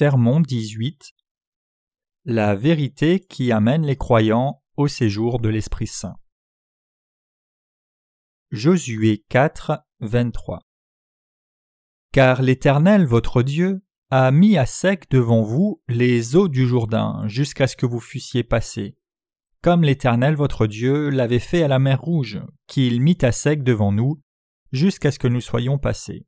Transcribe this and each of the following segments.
Sermon 18. La vérité qui amène les croyants au séjour de l'Esprit Saint. Josué 4, 23. Car l'Éternel votre Dieu a mis à sec devant vous les eaux du Jourdain jusqu'à ce que vous fussiez passés, comme l'Éternel votre Dieu l'avait fait à la mer Rouge, qu'il mit à sec devant nous jusqu'à ce que nous soyons passés.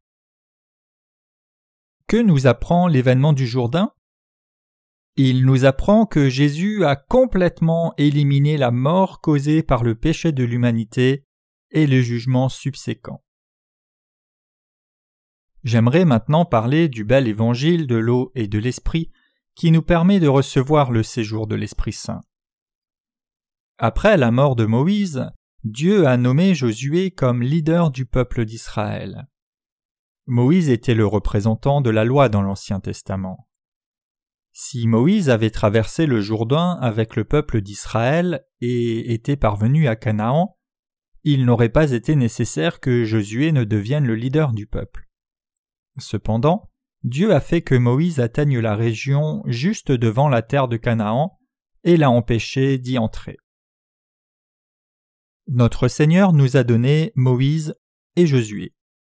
Que nous apprend l'événement du Jourdain ? Il nous apprend que Jésus a complètement éliminé la mort causée par le péché de l'humanité et le jugement subséquent. J'aimerais maintenant parler du bel évangile de l'eau et de l'esprit qui nous permet de recevoir le séjour de l'Esprit Saint. Après la mort de Moïse, Dieu a nommé Josué comme leader du peuple d'Israël. Moïse était le représentant de la loi dans l'Ancien Testament. Si Moïse avait traversé le Jourdain avec le peuple d'Israël et était parvenu à Canaan, il n'aurait pas été nécessaire que Josué ne devienne le leader du peuple. Cependant, Dieu a fait que Moïse atteigne la région juste devant la terre de Canaan et l'a empêché d'y entrer. Notre Seigneur nous a donné Moïse et Josué.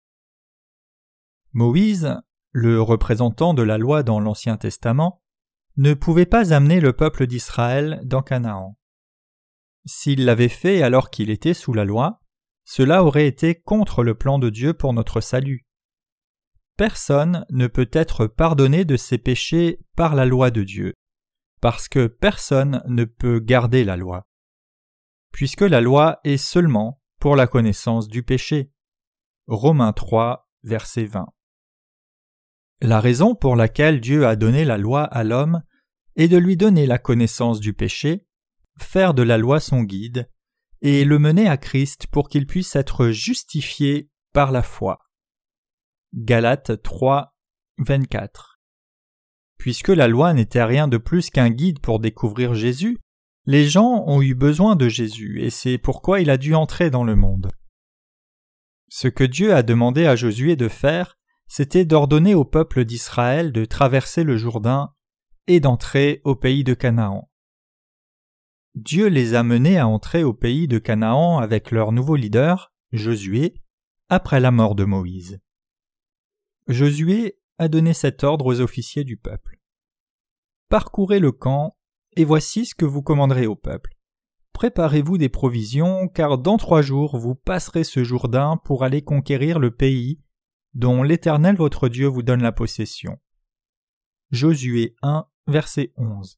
Moïse, le représentant de la loi dans l'Ancien Testament, ne pouvait pas amener le peuple d'Israël dans Canaan. S'il l'avait fait alors qu'il était sous la loi, cela aurait été contre le plan de Dieu pour notre salut. Personne ne peut être pardonné de ses péchés par la loi de Dieu, parce que personne ne peut garder la loi, puisque la loi est seulement pour la connaissance du péché. Romains 3, verset 20. La raison pour laquelle Dieu a donné la loi à l'homme est de lui donner la connaissance du péché, faire de la loi son guide, et le mener à Christ pour qu'il puisse être justifié par la foi. Galates 3, 24. Puisque la loi n'était rien de plus qu'un guide pour découvrir Jésus, les gens ont eu besoin de Jésus et c'est pourquoi il a dû entrer dans le monde. Ce que Dieu a demandé à Josué de faire, c'était d'ordonner au peuple d'Israël de traverser le Jourdain et d'entrer au pays de Canaan. Dieu les a menés à entrer au pays de Canaan avec leur nouveau leader, Josué, après la mort de Moïse. Josué a donné cet ordre aux officiers du peuple. Parcourez le camp, et voici ce que vous commanderez au peuple. Préparez-vous des provisions, car dans 3 jours vous passerez ce Jourdain pour aller conquérir le pays dont l'Éternel votre Dieu vous donne la possession. Josué 1, verset 11.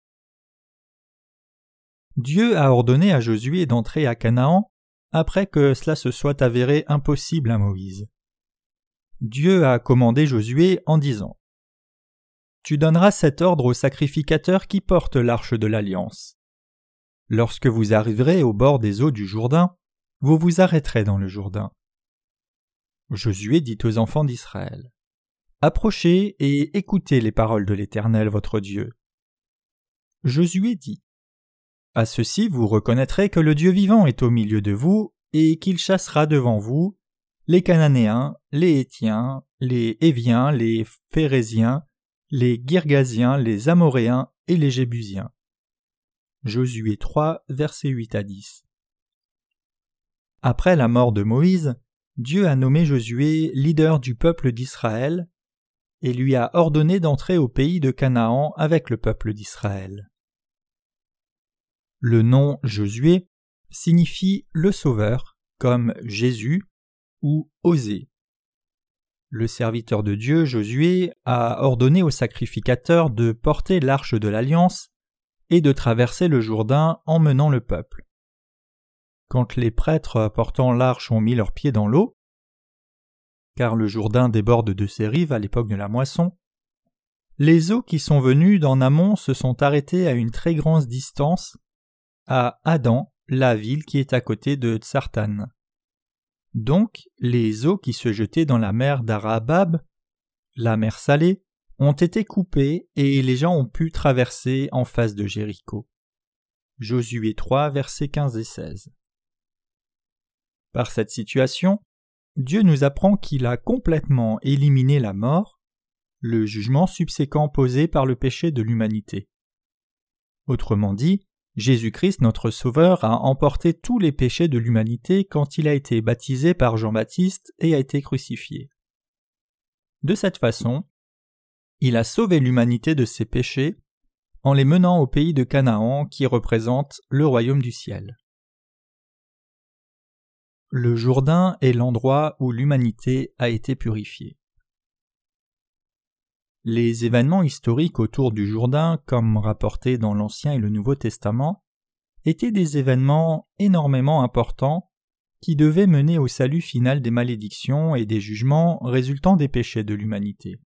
Dieu a ordonné à Josué d'entrer à Canaan après que cela se soit avéré impossible à Moïse. Dieu a commandé Josué en disant : « Tu donneras cet ordre aux sacrificateurs qui portent l'arche de l'Alliance. Lorsque vous arriverez au bord des eaux du Jourdain, vous vous arrêterez dans le Jourdain. » Josué dit aux enfants d'Israël : « Approchez et écoutez les paroles de l'Éternel votre Dieu. » Josué dit : « À ceci vous reconnaîtrez que le Dieu vivant est au milieu de vous et qu'il chassera devant vous les Cananéens, les Hétiens, les Héviens, les Phéréziens, les Girgasiens, les Amoréens et les Jébusiens. » Josué 3, versets 8 à 10. Après la mort de Moïse, Dieu a nommé Josué leader du peuple d'Israël et lui a ordonné d'entrer au pays de Canaan avec le peuple d'Israël. Le nom Josué signifie le Sauveur, comme Jésus ou Osée. Le serviteur de Dieu, Josué, a ordonné aux sacrificateurs de porter l'arche de l'Alliance et de traverser le Jourdain en menant le peuple. Quand les prêtres portant l'arche ont mis leurs pieds dans l'eau, car le Jourdain déborde de ses rives à l'époque de la moisson, les eaux qui sont venues d'en amont se sont arrêtées à une très grande distance, à Adam, la ville qui est à côté de Tsartan. Donc, les eaux qui se jetaient dans la mer d'Arabab, la mer Salée, ont été coupées et les gens ont pu traverser en face de Jéricho. Josué 3, versets 15 et 16. Par cette situation, Dieu nous apprend qu'il a complètement éliminé la mort le jugement subséquent posé par le péché de l'humanité. Autrement dit, Jésus-Christ notre Sauveur a emporté tous les péchés de l'humanité quand il a été baptisé par Jean-Baptiste et a été crucifié. De cette façon, il a sauvé l'humanité de ses péchés en les menant au pays de Canaan qui représente le royaume du ciel. Le Jourdain est l'endroit où l'humanité a été purifiée. Les événements historiques autour du Jourdain, comme rapportés dans l'Ancien et le Nouveau Testament, étaient des événements énormément importants qui devaient mener au salut final des malédictions et des jugements résultant des péchés de l'humanité.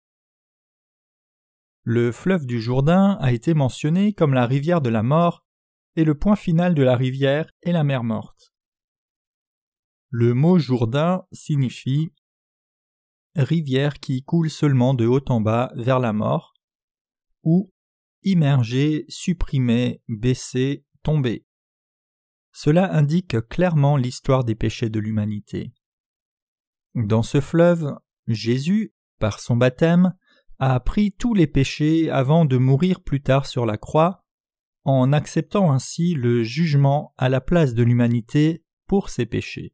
Le fleuve du Jourdain a été mentionné comme la rivière de la mort, et le point final de la rivière est la mer morte. Le mot Jourdain signifie rivière qui coule seulement de haut en bas vers la mort, ou immerger, supprimer, baisser, tomber. Cela indique clairement l'histoire des péchés de l'humanité. Dans ce fleuve, Jésus, par son baptême, a pris tous les péchés avant de mourir plus tard sur la croix, en acceptant ainsi le jugement à la place de l'humanité pour ses péchés.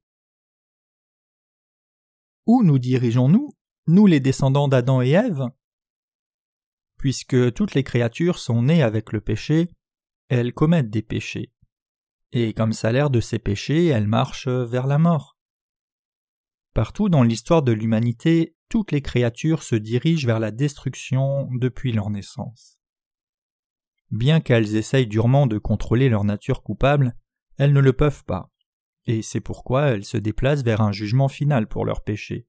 Où nous dirigeons-nous, nous les descendants d'Adam et Ève ? Puisque toutes les créatures sont nées avec le péché, elles commettent des péchés. Et comme salaire de ces péchés, elles marchent vers la mort. Partout dans l'histoire de l'humanité, toutes les créatures se dirigent vers la destruction depuis leur naissance. Bien qu'elles essayent durement de contrôler leur nature coupable, elles ne le peuvent pas. Et c'est pourquoi elles se déplacent vers un jugement final pour leurs péchés.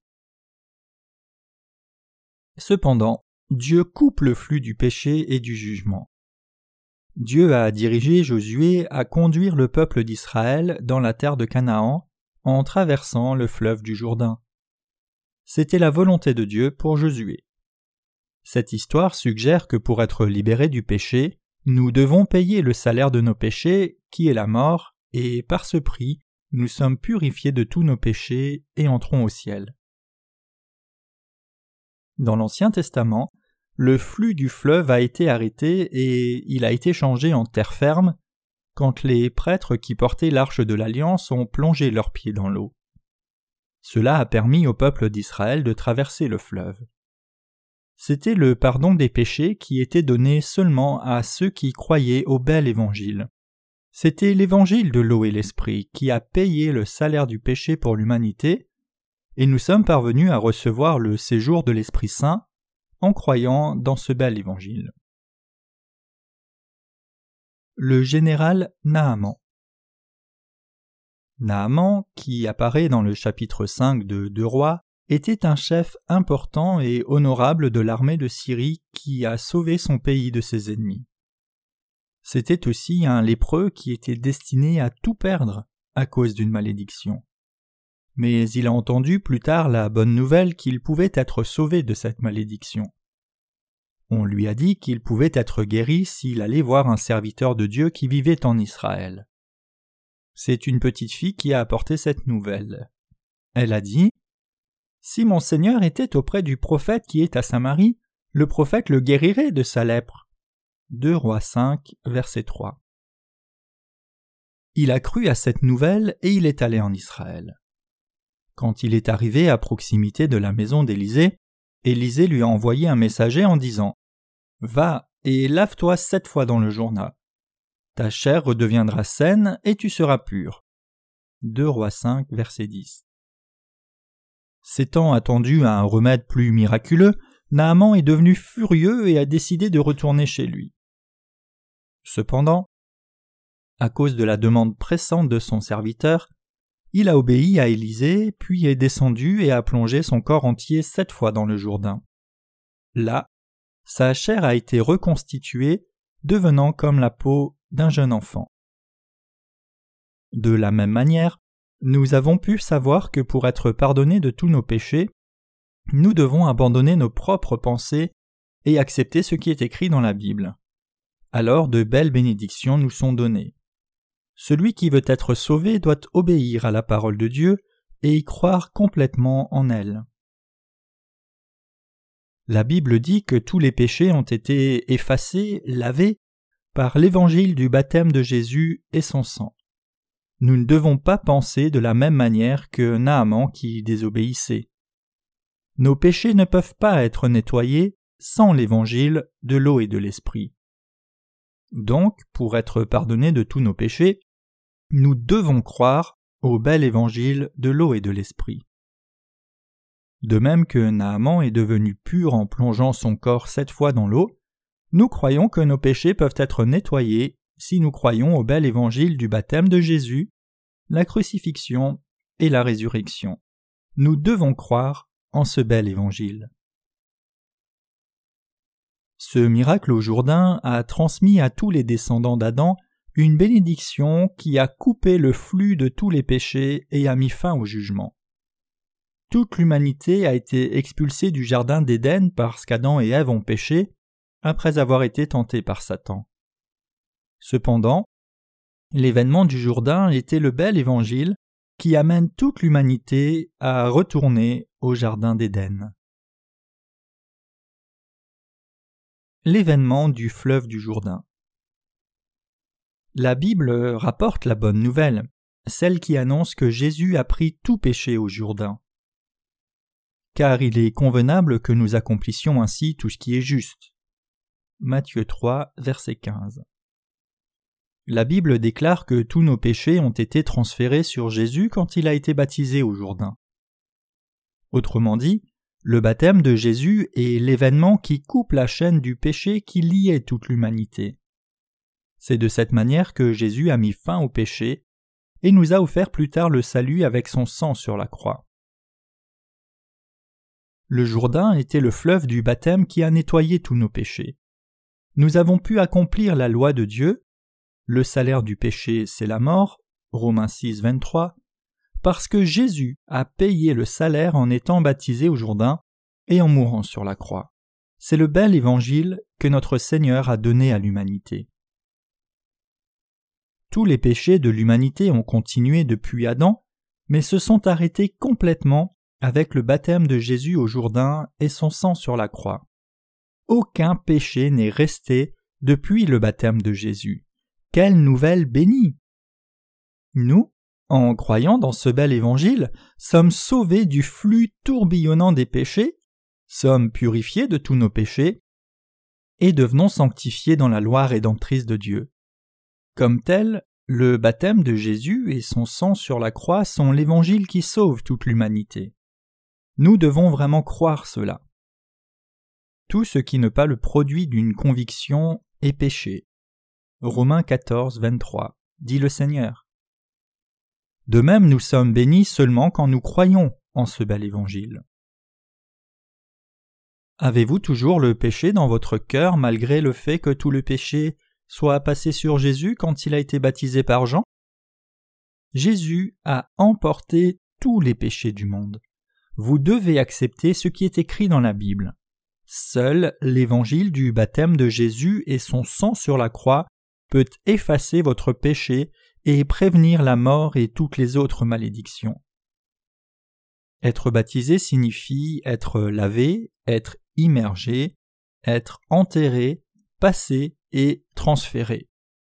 Cependant, Dieu coupe le flux du péché et du jugement. Dieu a dirigé Josué à conduire le peuple d'Israël dans la terre de Canaan en traversant le fleuve du Jourdain. C'était la volonté de Dieu pour Josué. Cette histoire suggère que pour être libérés du péché, nous devons payer le salaire de nos péchés, qui est la mort, et par ce prix, nous sommes purifiés de tous nos péchés et entrons au ciel. Dans l'Ancien Testament, le flux du fleuve a été arrêté et il a été changé en terre ferme quand les prêtres qui portaient l'arche de l'Alliance ont plongé leurs pieds dans l'eau. Cela a permis au peuple d'Israël de traverser le fleuve. C'était le pardon des péchés qui était donné seulement à ceux qui croyaient au bel évangile. C'était l'évangile de l'eau et l'esprit qui a payé le salaire du péché pour l'humanité, et nous sommes parvenus à recevoir le séjour de l'Esprit Saint en croyant dans ce bel évangile. Le général Naaman. Naaman, qui apparaît dans le chapitre 5 de 2 Rois, était un chef important et honorable de l'armée de Syrie qui a sauvé son pays de ses ennemis. C'était aussi un lépreux qui était destiné à tout perdre à cause d'une malédiction. Mais il a entendu plus tard la bonne nouvelle qu'il pouvait être sauvé de cette malédiction. On lui a dit qu'il pouvait être guéri s'il allait voir un serviteur de Dieu qui vivait en Israël. C'est une petite fille qui a apporté cette nouvelle. Elle a dit « Si mon Seigneur était auprès du prophète qui est à Samarie, le prophète le guérirait de sa lèpre. » 2 Rois 5, verset 3. Il a cru à cette nouvelle et il est allé en Israël. Quand il est arrivé à proximité de la maison d'Élisée, Élisée lui a envoyé un messager en disant « Va et lave-toi 7 fois dans le Jourdain. Ta chair redeviendra saine et tu seras pur. » 2 Rois 5, verset 10. S'étant attendu à un remède plus miraculeux, Naaman est devenu furieux et a décidé de retourner chez lui. Cependant, à cause de la demande pressante de son serviteur, il a obéi à Élisée, puis est descendu et a plongé son corps entier 7 fois dans le Jourdain. Là, sa chair a été reconstituée, devenant comme la peau d'un jeune enfant. De la même manière, nous avons pu savoir que pour être pardonnés de tous nos péchés, nous devons abandonner nos propres pensées et accepter ce qui est écrit dans la Bible. Alors de belles bénédictions nous sont données. Celui qui veut être sauvé doit obéir à la parole de Dieu et y croire complètement en elle. La Bible dit que tous les péchés ont été effacés, lavés, par l'évangile du baptême de Jésus et son sang. Nous ne devons pas penser de la même manière que Naaman qui désobéissait. Nos péchés ne peuvent pas être nettoyés sans l'évangile de l'eau et de l'esprit. Donc, pour être pardonnés de tous nos péchés, nous devons croire au bel évangile de l'eau et de l'esprit. De même que Naaman est devenu pur en plongeant son corps 7 fois dans l'eau, nous croyons que nos péchés peuvent être nettoyés si nous croyons au bel évangile du baptême de Jésus, la crucifixion et la résurrection. Nous devons croire en ce bel évangile. Ce miracle au Jourdain a transmis à tous les descendants d'Adam une bénédiction qui a coupé le flux de tous les péchés et a mis fin au jugement. Toute l'humanité a été expulsée du jardin d'Éden parce qu'Adam et Ève ont péché après avoir été tentés par Satan. Cependant, l'événement du Jourdain était le bel évangile qui amène toute l'humanité à retourner au jardin d'Éden. L'événement du fleuve du Jourdain. La Bible rapporte la bonne nouvelle, celle qui annonce que Jésus a pris tout péché au Jourdain. Car il est convenable que nous accomplissions ainsi tout ce qui est juste. Matthieu 3, verset 15. La Bible déclare que tous nos péchés ont été transférés sur Jésus quand il a été baptisé au Jourdain. Autrement dit, le baptême de Jésus est l'événement qui coupe la chaîne du péché qui liait toute l'humanité. C'est de cette manière que Jésus a mis fin au péché et nous a offert plus tard le salut avec son sang sur la croix. Le Jourdain était le fleuve du baptême qui a nettoyé tous nos péchés. Nous avons pu accomplir la loi de Dieu. Le salaire du péché, c'est la mort, Romains 6, 23, parce que Jésus a payé le salaire en étant baptisé au Jourdain et en mourant sur la croix. C'est le bel évangile que notre Seigneur a donné à l'humanité. Tous les péchés de l'humanité ont continué depuis Adam, mais se sont arrêtés complètement avec le baptême de Jésus au Jourdain et son sang sur la croix. Aucun péché n'est resté depuis le baptême de Jésus. Quelle nouvelle bénie! Nous, en croyant dans ce bel évangile, sommes sauvés du flux tourbillonnant des péchés, sommes purifiés de tous nos péchés et devenons sanctifiés dans la loi rédemptrice de Dieu. Comme tel, le baptême de Jésus et son sang sur la croix sont l'évangile qui sauve toute l'humanité. Nous devons vraiment croire cela. Tout ce qui n'est pas le produit d'une conviction est péché. Romains 14, 23, dit le Seigneur. De même, nous sommes bénis seulement quand nous croyons en ce bel évangile. Avez-vous toujours le péché dans votre cœur malgré le fait que tout le péché soit passé sur Jésus quand il a été baptisé par Jean? Jésus a emporté tous les péchés du monde. Vous devez accepter ce qui est écrit dans la Bible. Seul l'évangile du baptême de Jésus et son sang sur la croix peut effacer votre péché et prévenir la mort et toutes les autres malédictions. Être baptisé signifie être lavé, être immergé, être enterré, passé et transféré.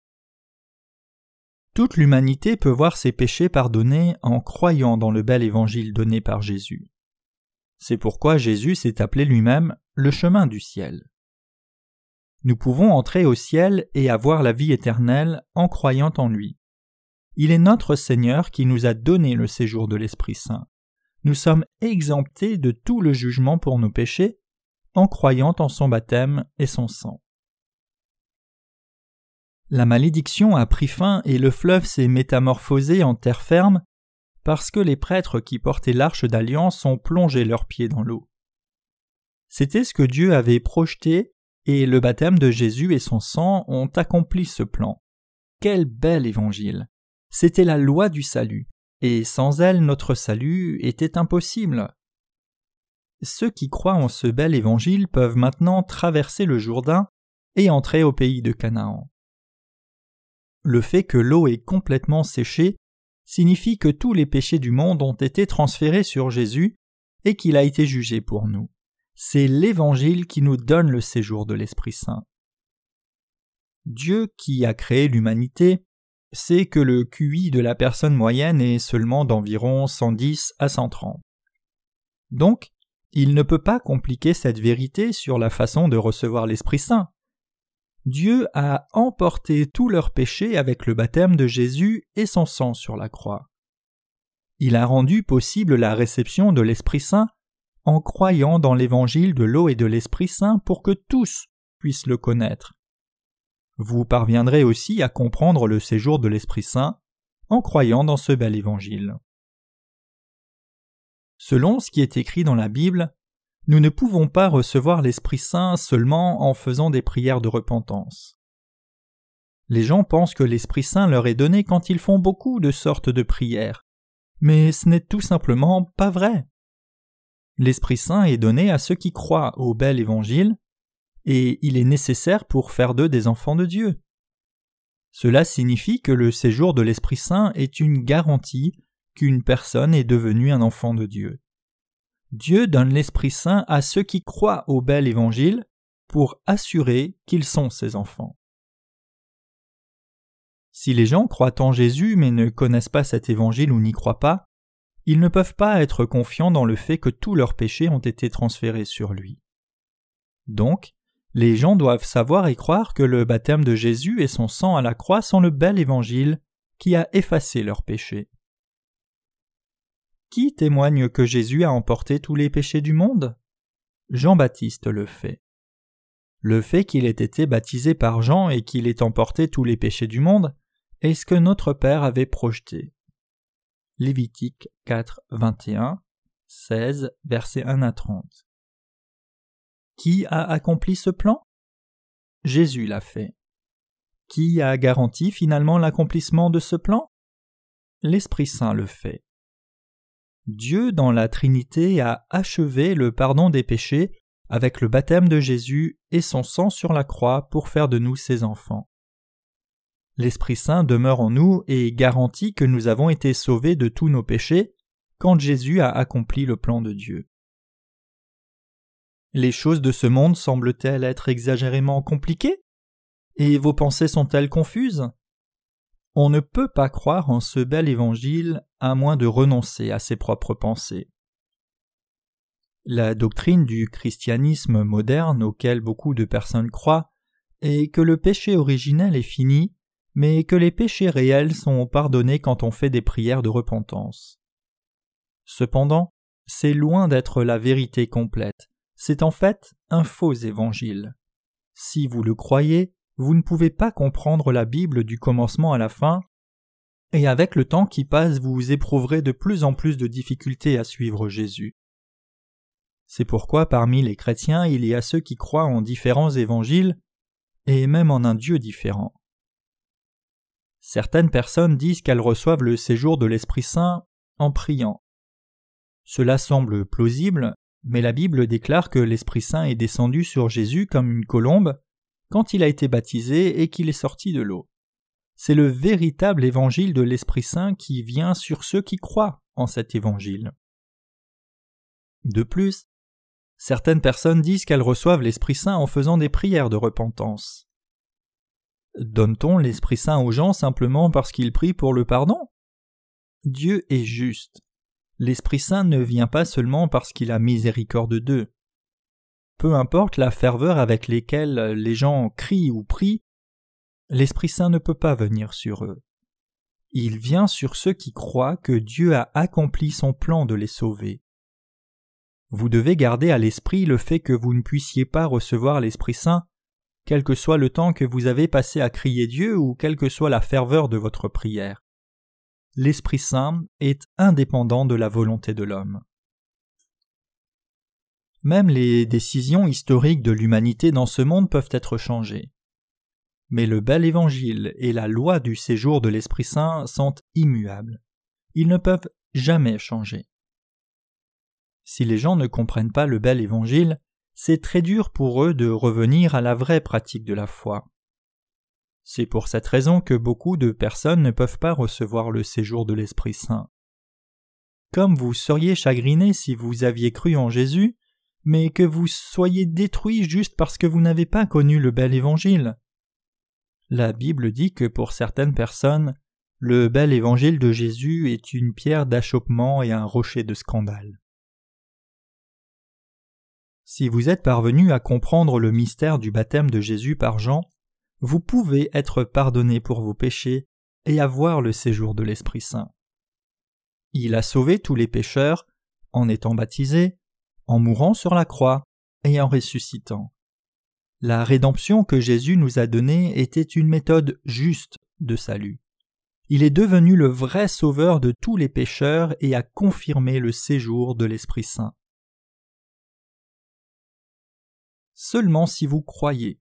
Toute l'humanité peut voir ses péchés pardonnés en croyant dans le bel évangile donné par Jésus. C'est pourquoi Jésus s'est appelé lui-même le chemin du ciel. Nous pouvons entrer au ciel et avoir la vie éternelle en croyant en lui. Il est notre Seigneur qui nous a donné le séjour de l'Esprit Saint. Nous sommes exemptés de tout le jugement pour nos péchés en croyant en son baptême et son sang. La malédiction a pris fin et le fleuve s'est métamorphosé en terre ferme parce que les prêtres qui portaient l'arche d'alliance ont plongé leurs pieds dans l'eau. C'était ce que Dieu avait projeté et le baptême de Jésus et son sang ont accompli ce plan. Quel bel évangile! C'était la loi du salut, et sans elle notre salut était impossible. Ceux qui croient en ce bel évangile peuvent maintenant traverser le Jourdain et entrer au pays de Canaan. Le fait que l'eau est complètement séchée signifie que tous les péchés du monde ont été transférés sur Jésus et qu'il a été jugé pour nous. c'est l'Évangile qui nous donne le séjour de l'Esprit Saint. Dieu, qui a créé l'humanité, sait que le QI de la personne moyenne est seulement d'environ 110 à 130. Donc, il ne peut pas compliquer cette vérité sur la façon de recevoir l'Esprit Saint. Dieu a emporté tous leurs péchés avec le baptême de Jésus et son sang sur la croix. Il a rendu possible la réception de l'Esprit Saint en croyant dans l'évangile de l'eau et de l'Esprit Saint pour que tous puissent le connaître. Vous parviendrez aussi à comprendre le séjour de l'Esprit Saint en croyant dans ce bel évangile. Selon ce qui est écrit dans la Bible, nous ne pouvons pas recevoir l'Esprit Saint seulement en faisant des prières de repentance. Les gens pensent que l'Esprit Saint leur est donné quand ils font beaucoup de sortes de prières, mais ce n'est tout simplement pas vrai. L'Esprit Saint est donné à ceux qui croient au bel évangile, et il est nécessaire pour faire d'eux des enfants de Dieu. Cela signifie que le séjour de l'Esprit Saint est une garantie qu'une personne est devenue un enfant de Dieu. Dieu donne l'Esprit Saint à ceux qui croient au bel évangile pour assurer qu'ils sont ses enfants. Si les gens croient en Jésus mais ne connaissent pas cet évangile ou n'y croient pas, ils ne peuvent pas être confiants dans le fait que tous leurs péchés ont été transférés sur lui. Donc, les gens doivent savoir et croire que le baptême de Jésus et son sang à la croix sont le bel évangile qui a effacé leurs péchés. Qui témoigne que Jésus a emporté tous les péchés du monde ? Jean-Baptiste le fait. Le fait qu'il ait été baptisé par Jean et qu'il ait emporté tous les péchés du monde est ce que notre Père avait projeté. Lévitique 4, 21, 16, versets 1 à 30. Qui a accompli ce plan ? Jésus l'a fait. Qui a garanti finalement l'accomplissement de ce plan ? L'Esprit Saint le fait. Dieu dans la Trinité a achevé le pardon des péchés avec le baptême de Jésus et son sang sur la croix pour faire de nous ses enfants. L'Esprit Saint demeure en nous et garantit que nous avons été sauvés de tous nos péchés quand Jésus a accompli le plan de Dieu. Les choses de ce monde semblent-elles être exagérément compliquées ? Et vos pensées sont-elles confuses ? On ne peut pas croire en ce bel évangile à moins de renoncer à ses propres pensées. La doctrine du christianisme moderne auquel beaucoup de personnes croient est que le péché originel est fini, mais que les péchés réels sont pardonnés quand on fait des prières de repentance. Cependant, c'est loin d'être la vérité complète. C'est en fait un faux évangile. Si vous le croyez, vous ne pouvez pas comprendre la Bible du commencement à la fin, et avec le temps qui passe, vous éprouverez de plus en plus de difficultés à suivre Jésus. C'est pourquoi parmi les chrétiens, il y a ceux qui croient en différents évangiles, et même en un Dieu différent. Certaines personnes disent qu'elles reçoivent le séjour de l'Esprit Saint en priant. Cela semble plausible, mais la Bible déclare que l'Esprit Saint est descendu sur Jésus comme une colombe quand il a été baptisé et qu'il est sorti de l'eau. C'est le véritable évangile de l'Esprit Saint qui vient sur ceux qui croient en cet évangile. De plus, certaines personnes disent qu'elles reçoivent l'Esprit Saint en faisant des prières de repentance. Donne-t-on l'Esprit Saint aux gens simplement parce qu'ils prient pour le pardon ? Dieu est juste. L'Esprit Saint ne vient pas seulement parce qu'il a miséricorde d'eux. Peu importe la ferveur avec laquelle les gens crient ou prient, l'Esprit Saint ne peut pas venir sur eux. Il vient sur ceux qui croient que Dieu a accompli son plan de les sauver. Vous devez garder à l'esprit le fait que vous ne puissiez pas recevoir l'Esprit Saint, quel que soit le temps que vous avez passé à crier Dieu ou quelle que soit la ferveur de votre prière. L'Esprit Saint est indépendant de la volonté de l'homme. Même les décisions historiques de l'humanité dans ce monde peuvent être changées. Mais le bel évangile et la loi du séjour de l'Esprit Saint sont immuables. Ils ne peuvent jamais changer. Si les gens ne comprennent pas le bel évangile, c'est très dur pour eux de revenir à la vraie pratique de la foi. C'est pour cette raison que beaucoup de personnes ne peuvent pas recevoir le séjour de l'Esprit Saint. Comme vous seriez chagriné si vous aviez cru en Jésus, mais que vous soyez détruits juste parce que vous n'avez pas connu le bel évangile. La Bible dit que pour certaines personnes, le bel évangile de Jésus est une pierre d'achoppement et un rocher de scandale. Si vous êtes parvenu à comprendre le mystère du baptême de Jésus par Jean, vous pouvez être pardonné pour vos péchés et avoir le séjour de l'Esprit Saint. Il a sauvé tous les pécheurs en étant baptisé, en mourant sur la croix et en ressuscitant. La rédemption que Jésus nous a donnée était une méthode juste de salut. Il est devenu le vrai sauveur de tous les pécheurs et a confirmé le séjour de l'Esprit Saint. Seulement si vous croyez.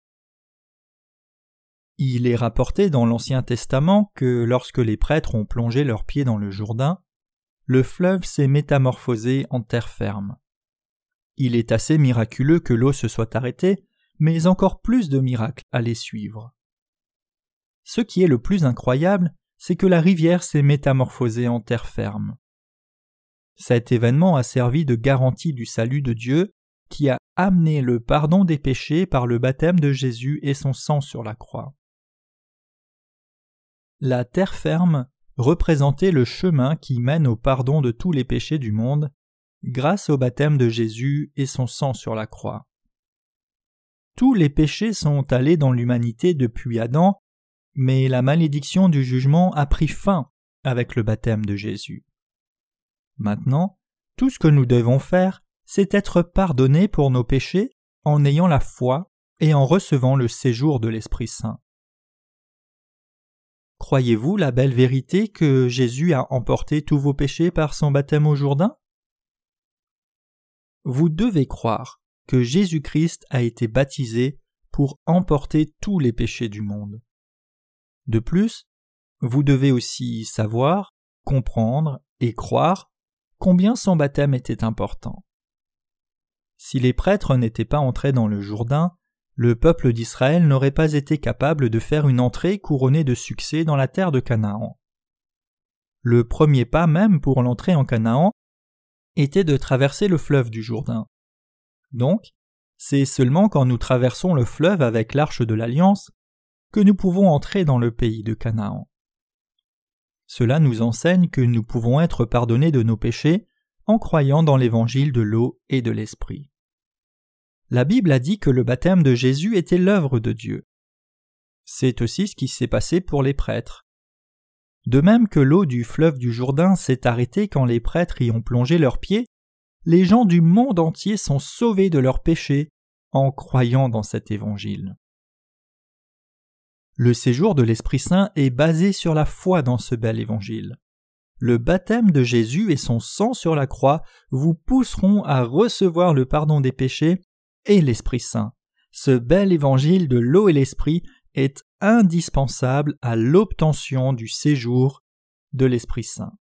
Il est rapporté dans l'Ancien Testament que lorsque les prêtres ont plongé leurs pieds dans le Jourdain, le fleuve s'est métamorphosé en terre ferme. Il est assez miraculeux que l'eau se soit arrêtée, mais encore plus de miracles allaient suivre. Ce qui est le plus incroyable, c'est que la rivière s'est métamorphosée en terre ferme. Cet événement a servi de garantie du salut de Dieu, qui a amené le pardon des péchés par le baptême de Jésus et son sang sur la croix. La terre ferme représentait le chemin qui mène au pardon de tous les péchés du monde, grâce au baptême de Jésus et son sang sur la croix. Tous les péchés sont allés dans l'humanité depuis Adam, mais la malédiction du jugement a pris fin avec le baptême de Jésus. Maintenant, tout ce que nous devons faire, c'est être pardonnés pour nos péchés en ayant la foi et en recevant le séjour de l'Esprit Saint. Croyez-vous la belle vérité que Jésus a emporté tous vos péchés par son baptême au Jourdain? Vous devez croire que Jésus-Christ a été baptisé pour emporter tous les péchés du monde. De plus, vous devez aussi savoir, comprendre et croire combien son baptême était important. Si les prêtres n'étaient pas entrés dans le Jourdain, le peuple d'Israël n'aurait pas été capable de faire une entrée couronnée de succès dans la terre de Canaan. Le premier pas même pour l'entrée en Canaan était de traverser le fleuve du Jourdain. Donc, c'est seulement quand nous traversons le fleuve avec l'arche de l'Alliance que nous pouvons entrer dans le pays de Canaan. Cela nous enseigne que nous pouvons être pardonnés de nos péchés en croyant dans l'évangile de l'eau et de l'Esprit. La Bible a dit que le baptême de Jésus était l'œuvre de Dieu. C'est aussi ce qui s'est passé pour les prêtres. De même que l'eau du fleuve du Jourdain s'est arrêtée quand les prêtres y ont plongé leurs pieds, les gens du monde entier sont sauvés de leurs péchés en croyant dans cet évangile. Le séjour de l'Esprit Saint est basé sur la foi dans ce bel évangile. Le baptême de Jésus et son sang sur la croix vous pousseront à recevoir le pardon des péchés et l'Esprit Saint. Ce bel évangile de l'eau et l'Esprit est indispensable à l'obtention du séjour de l'Esprit Saint.